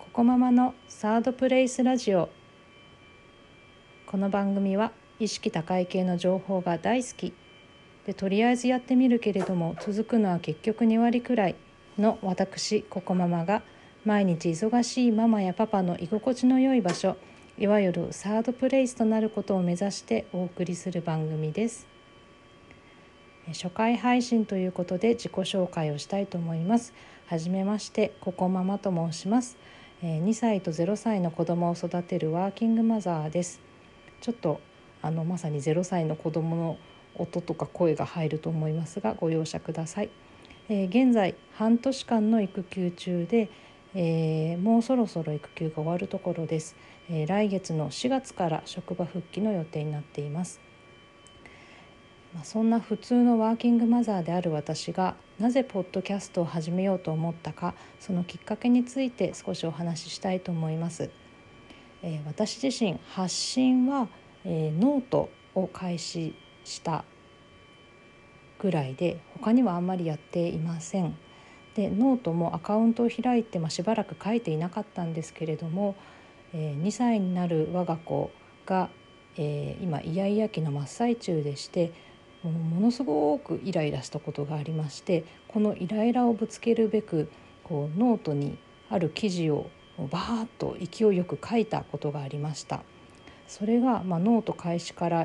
ココママのサードプレイスラジオ。この番組は意識高い系の情報が大好きで、とりあえずやってみるけれども続くのは結局2割くらいの私ココママが、毎日忙しいママやパパの居心地の良い場所、いわゆるサードプレイスとなることを目指してお送りする番組です。初回配信ということで自己紹介をしたいと思います。はじめまして、ココママと申します。2歳と0歳の子供を育てるワーキングマザーです。ちょっとまさに0歳の子供の音とか声が入ると思いますが、ご容赦ください。現在半年間の育休中で、もうそろそろ育休が終わるところです。来月の4月から職場復帰の予定になっています。そんな普通のワーキングマザーである私がなぜポッドキャストを始めようと思ったか、そのきっかけについて少しお話ししたいと思います。私自身発信は、ノートを開始したぐらいで、他にはあんまりやっていません。でノートもアカウントを開いて、しばらく書いていなかったんですけれども、2歳になる我が子が、今イヤイヤ期の真っ最中でして、ものすごくイライラしたことがありまして、このイライラをぶつけるべくノートにある記事をバーッと勢いよく書いたことがありました。それが、ノート開始から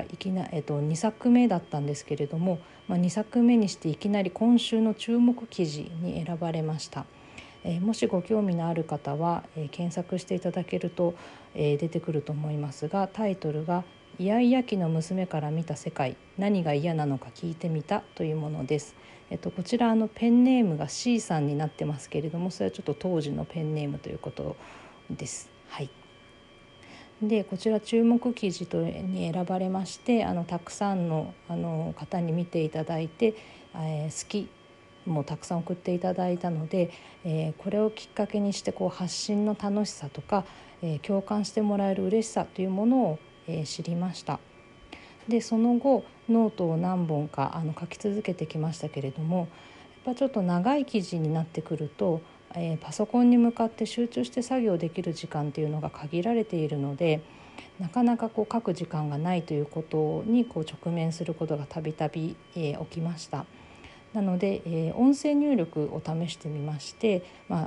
2作目だったんですけれども、2作目にしていきなり今週の注目記事に選ばれました。もしご興味のある方は、検索していただけると、出てくると思いますが、タイトルがイヤイヤ期の娘から見た世界、何が嫌なのか聞いてみたというものです。こちらペンネームが C さんになってますけれども、それはちょっと当時のペンネームということです。はい。でこちら注目記事に選ばれまして、たくさんの方に見ていただいて、好きもたくさん送っていただいたので、これをきっかけにして発信の楽しさとか、共感してもらえる嬉しさというものを、知りました。でその後ノートを何本か書き続けてきましたけれども、やっぱちょっと長い記事になってくると、パソコンに向かって集中して作業できる時間っていうのが限られているので、なかなか書く時間がないということに直面することがたびたび起きました。なので、音声入力を試してみまして、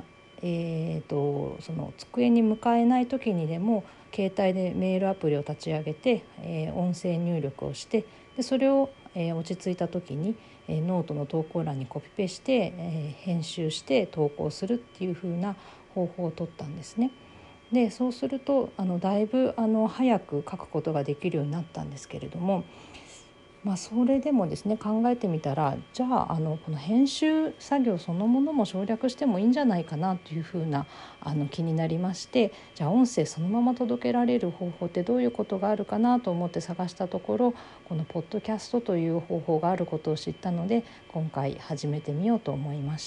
その机に向かえない時にでも携帯でメールアプリを立ち上げて、音声入力をして、でそれを、落ち着いた時に、ノートの投稿欄にコピペして、編集して投稿するっていう風な方法を取ったんですね。でそうするとだいぶ早く書くことができるようになったんですけれども、それでもですね、考えてみたら、じゃあこの編集作業そのものも省略してもいいんじゃないかなというふうな気になりまして、じゃあ音声そのまま届けられる方法ってどういうことがあるかなと思って探したところ、このポッドキャストという方法があることを知ったので、今回始めてみようと思いました。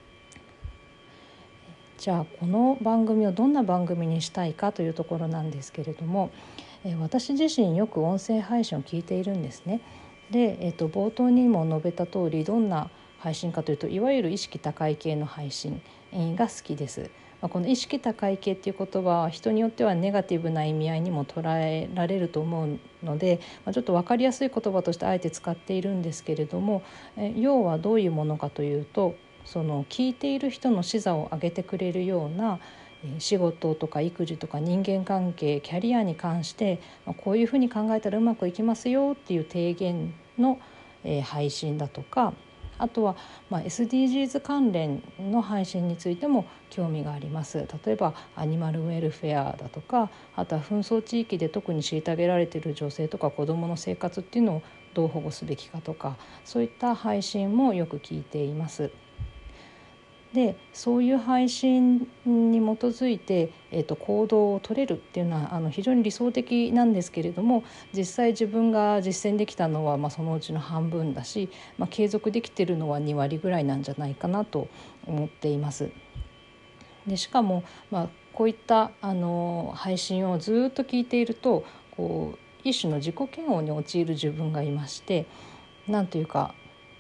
じゃあこの番組をどんな番組にしたいかというところなんですけれども、私自身よく音声配信を聞いているんですね。で、冒頭にも述べた通り、どんな配信かというと、いわゆる意識高い系の配信が好きです。この意識高い系っていう言葉は人によってはネガティブな意味合いにも捉えられると思うので、ちょっと分かりやすい言葉としてあえて使っているんですけれども、要はどういうものかというと、その聞いている人の視座を上げてくれるような仕事とか育児とか人間関係、キャリアに関してこういうふうに考えたらうまくいきますよっていう提言の配信だとか、あとはSDGs 関連の配信についても興味があります。例えばアニマルウェルフェアだとか、あとは紛争地域で特に虐げられている女性とか子どもの生活っていうのをどう保護すべきかとか、そういった配信もよく聞いています。でそういう配信に基づいて、行動を取れるっていうのは非常に理想的なんですけれども、実際自分が実践できたのは、そのうちの半分だし、継続できているのは2割ぐらいなんじゃないかなと思っています。でしかも、こういった配信をずっと聞いていると、一種の自己嫌悪に陥る自分がいまして、なんというか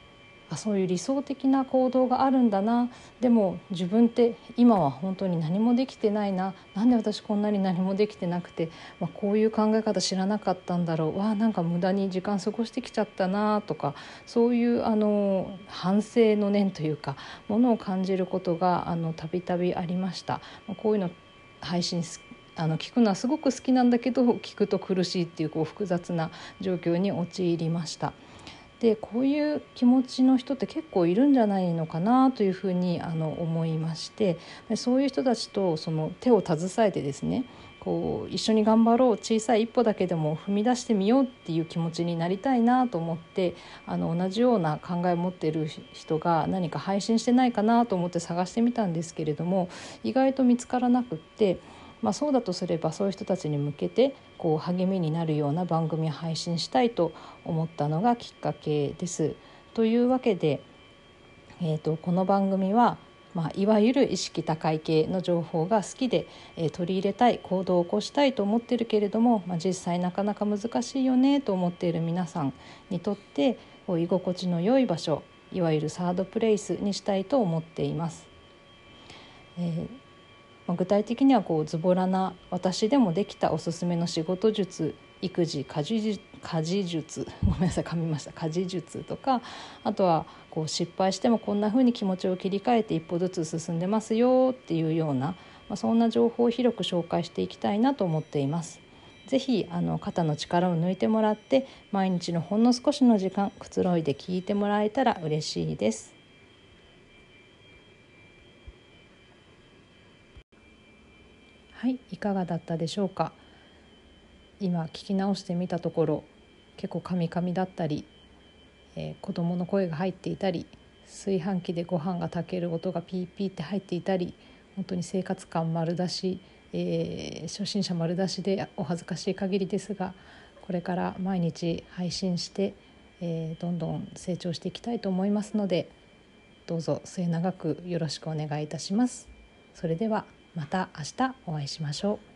そういう理想的な行動があるんだな、でも自分って今は本当に何もできてないな、なんで私こんなに何もできてなくて、こういう考え方知らなかったんだろう、なんか無駄に時間過ごしてきちゃったなとか、そういう反省の念というかものを感じることがたびたびありました。こういうの配信聞くのはすごく好きなんだけど、聞くと苦しいっていう複雑な状況に陥りました。でこういう気持ちの人って結構いるんじゃないのかなというふうに思いまして、そういう人たちとその手を携えてですね、一緒に頑張ろう、小さい一歩だけでも踏み出してみようっていう気持ちになりたいなと思って、同じような考えを持っている人が何か配信してないかなと思って探してみたんですけれども、意外と見つからなくって、そうだとすればそういう人たちに向けて励みになるような番組を配信したいと思ったのがきっかけです。というわけで、この番組は、いわゆる意識高い系の情報が好きで、取り入れたい、行動を起こしたいと思っているけれども、実際なかなか難しいよねと思っている皆さんにとって居心地の良い場所、いわゆるサードプレイスにしたいと思っています。具体的にはズボラな私でもできたおすすめの仕事術、育児家事術ごめんなさい噛みました、家事術とか、あとは失敗してもこんな風に気持ちを切り替えて一歩ずつ進んでますよっていうような、そんな情報を広く紹介していきたいなと思っています。ぜひ肩の力を抜いてもらって、毎日のほんの少しの時間くつろいで聞いてもらえたら嬉しいです。はい、いかがだったでしょうか。今聞き直してみたところ、結構カミカミだったり、子供の声が入っていたり、炊飯器でご飯が炊ける音がピーピーって入っていたり、本当に生活感丸出し、初心者丸出しでお恥ずかしい限りですが、これから毎日配信して、どんどん成長していきたいと思いますので、どうぞ末永くよろしくお願いいたします。それではまた明日お会いしましょう。